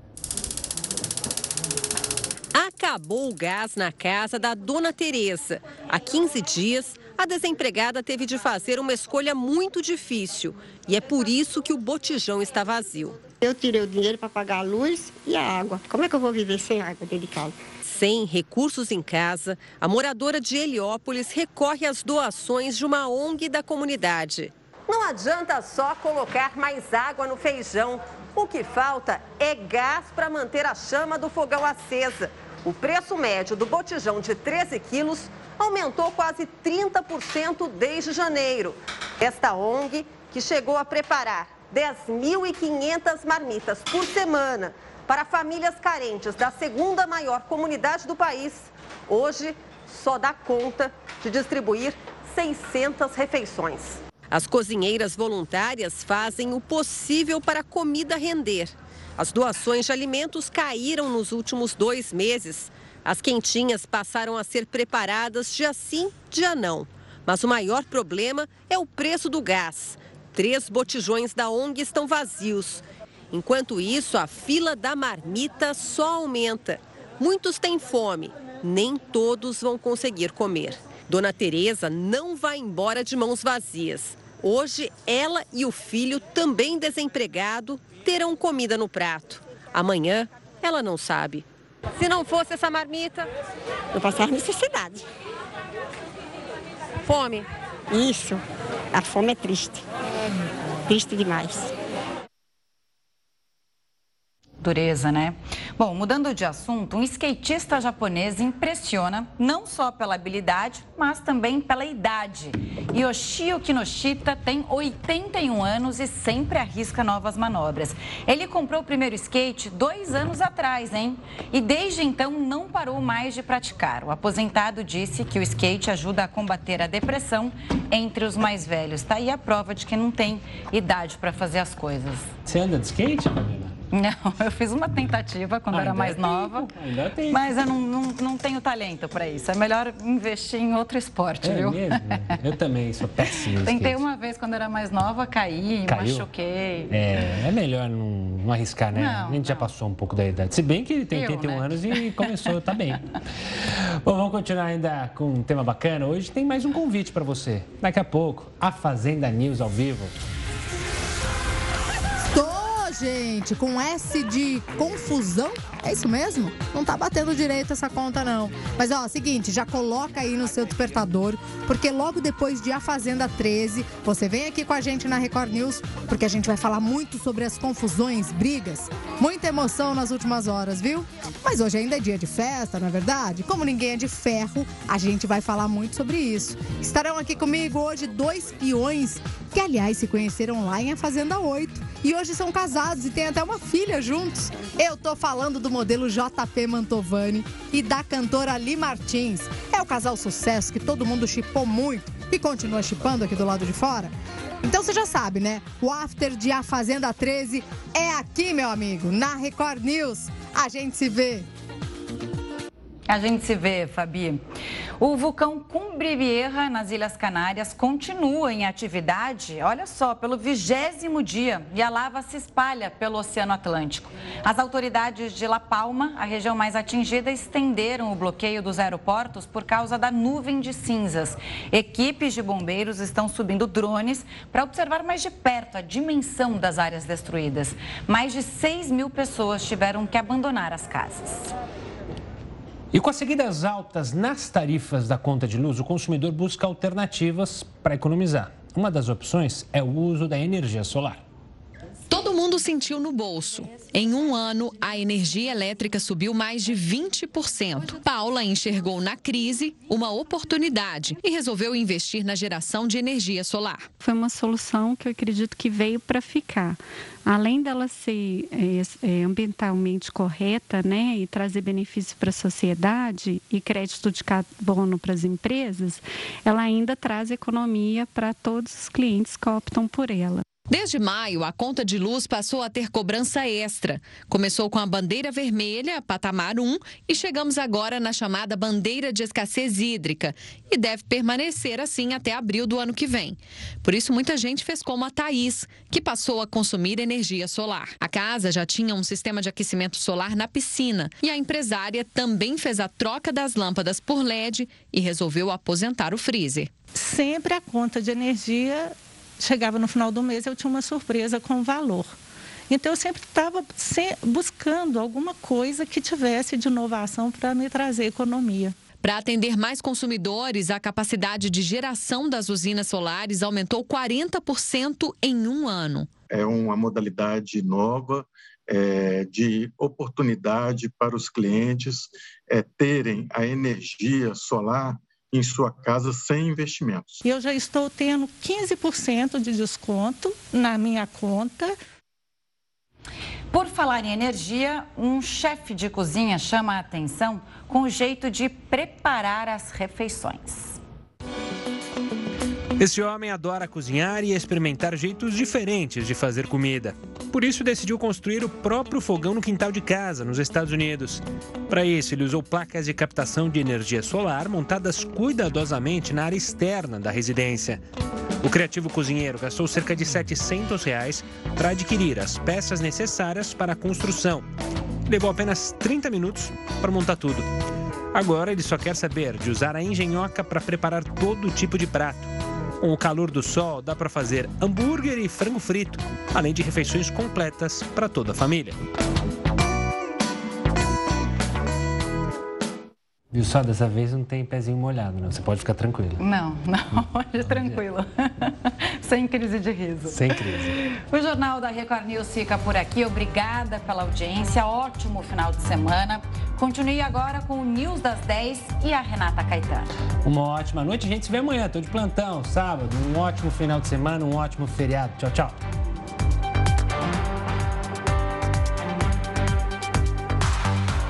Acabou o gás na casa da dona Tereza. Há quinze dias, a desempregada teve de fazer uma escolha muito difícil. E é por isso que o botijão está vazio. Eu tirei o dinheiro para pagar a luz e a água. Como é que eu vou viver sem água dentro de casa? Sem recursos em casa, a moradora de Heliópolis recorre às doações de uma O N G da comunidade. Não adianta só colocar mais água no feijão. O que falta é gás para manter a chama do fogão acesa. O preço médio do botijão de treze quilos aumentou quase trinta por cento desde janeiro. Esta O N G, que chegou a preparar dez mil e quinhentas marmitas por semana para famílias carentes da segunda maior comunidade do país, hoje só dá conta de distribuir seiscentas refeições. As cozinheiras voluntárias fazem o possível para a comida render. As doações de alimentos caíram nos últimos dois meses. As quentinhas passaram a ser preparadas dia sim, dia não. Mas o maior problema é o preço do gás. Três botijões da O N G estão vazios. Enquanto isso, a fila da marmita só aumenta. Muitos têm fome, nem todos vão conseguir comer. Dona Tereza não vai embora de mãos vazias. Hoje, ela e o filho, também desempregado, terão comida no prato. Amanhã, ela não sabe. Se não fosse essa marmita? Eu passava necessidade. Fome? Isso. A fome é triste. Triste demais. Dureza, né? Bom, mudando de assunto, um skatista japonês impressiona não só pela habilidade, mas também pela idade. Yoshio Kinoshita tem oitenta e um anos e sempre arrisca novas manobras. Ele comprou o primeiro skate dois anos atrás, hein? E desde então não parou mais de praticar. O aposentado disse que o skate ajuda a combater a depressão entre os mais velhos. Tá aí a prova de que não tem idade para fazer as coisas. Você anda de skate, Camila? Não, eu fiz uma tentativa quando ah, era mais é nova, ainda tem. Mas eu não, não, não tenho talento para isso. É melhor investir em outro esporte, é viu? Mesmo? Eu também sou péssimo. Tentei uma vez quando era mais nova, caí, Caiu? machuquei. É, é melhor não, não arriscar, né? Não, a gente não. já passou um pouco da idade. Se bem que ele tem oitenta e um né? anos e começou, tá bem. Bom, vamos continuar ainda com um tema bacana. Hoje tem mais um convite para você. Daqui a pouco, a Fazenda News ao vivo. Gente, com S de confusão, é isso mesmo? Não tá batendo direito essa conta, não. Mas, ó, seguinte, já coloca aí no seu despertador, porque logo depois de A Fazenda treze, você vem aqui com a gente na Record News, porque a gente vai falar muito sobre as confusões, brigas, muita emoção nas últimas horas, viu? Mas hoje ainda é dia de festa, não é verdade? Como ninguém é de ferro, a gente vai falar muito sobre isso. Estarão aqui comigo hoje dois peões que, aliás, se conheceram lá em A Fazenda oito e hoje são casados e têm até uma filha juntos. Eu tô falando do modelo J P Mantovani e da cantora Li Martins. É o casal sucesso que todo mundo shippou muito e continua shippando aqui do lado de fora. Então você já sabe, né? O after de A Fazenda treze é aqui, meu amigo, na Record News. A gente se vê. A gente se vê, Fabi. O vulcão Cumbre Vieja, nas Ilhas Canárias, continua em atividade, olha só, pelo vigésimo dia, e a lava se espalha pelo Oceano Atlântico. As autoridades de La Palma, a região mais atingida, estenderam o bloqueio dos aeroportos por causa da nuvem de cinzas. Equipes de bombeiros estão subindo drones para observar mais de perto a dimensão das áreas destruídas. Mais de seis mil pessoas tiveram que abandonar as casas. E com as seguidas altas nas tarifas da conta de luz, o consumidor busca alternativas para economizar. Uma das opções é o uso da energia solar. Todo mundo sentiu no bolso. Em um ano, a energia elétrica subiu mais de vinte por cento. Paula enxergou na crise uma oportunidade e resolveu investir na geração de energia solar. Foi uma solução que eu acredito que veio para ficar. Além dela ser é, ambientalmente correta, né, e trazer benefícios para a sociedade e crédito de carbono para as empresas, ela ainda traz economia para todos os clientes que optam por ela. Desde maio, a conta de luz passou a ter cobrança extra. Começou com a bandeira vermelha, patamar um, e chegamos agora na chamada bandeira de escassez hídrica. E deve permanecer assim até abril do ano que vem. Por isso, muita gente fez como a Thaís, que passou a consumir energia solar. A casa já tinha um sistema de aquecimento solar na piscina. E a empresária também fez a troca das lâmpadas por L E D e resolveu aposentar o freezer. Sempre a conta de energia... Chegava no final do mês, eu tinha uma surpresa com o valor. Então, eu sempre estava buscando alguma coisa que tivesse de inovação para me trazer economia. Para atender mais consumidores, a capacidade de geração das usinas solares aumentou quarenta por cento em um ano. É uma modalidade nova é, de oportunidade para os clientes é, terem a energia solar em sua casa sem investimentos. Eu já estou tendo quinze por cento de desconto na minha conta. Por falar em energia, um chefe de cozinha chama a atenção com o jeito de preparar as refeições. Esse homem adora cozinhar e experimentar jeitos diferentes de fazer comida. Por isso, decidiu construir o próprio fogão no quintal de casa, nos Estados Unidos. Para isso, ele usou placas de captação de energia solar montadas cuidadosamente na área externa da residência. O criativo cozinheiro gastou cerca de setecentos reais para adquirir as peças necessárias para a construção. Levou apenas trinta minutos para montar tudo. Agora, ele só quer saber de usar a engenhoca para preparar todo tipo de prato. Com o calor do sol, dá para fazer hambúrguer e frango frito, além de refeições completas para toda a família. Viu só, dessa vez não tem pezinho molhado, não. Você pode ficar tranquilo. Não, não, pode tranquilo. Sem crise de riso. Sem crise. O Jornal da Record News fica por aqui. Obrigada pela audiência. Ótimo final de semana. Continue agora com o News das dez e a Renata Caetano. Uma ótima noite. A gente se vê amanhã. Estou de plantão, sábado. Um ótimo final de semana, um ótimo feriado. Tchau, tchau.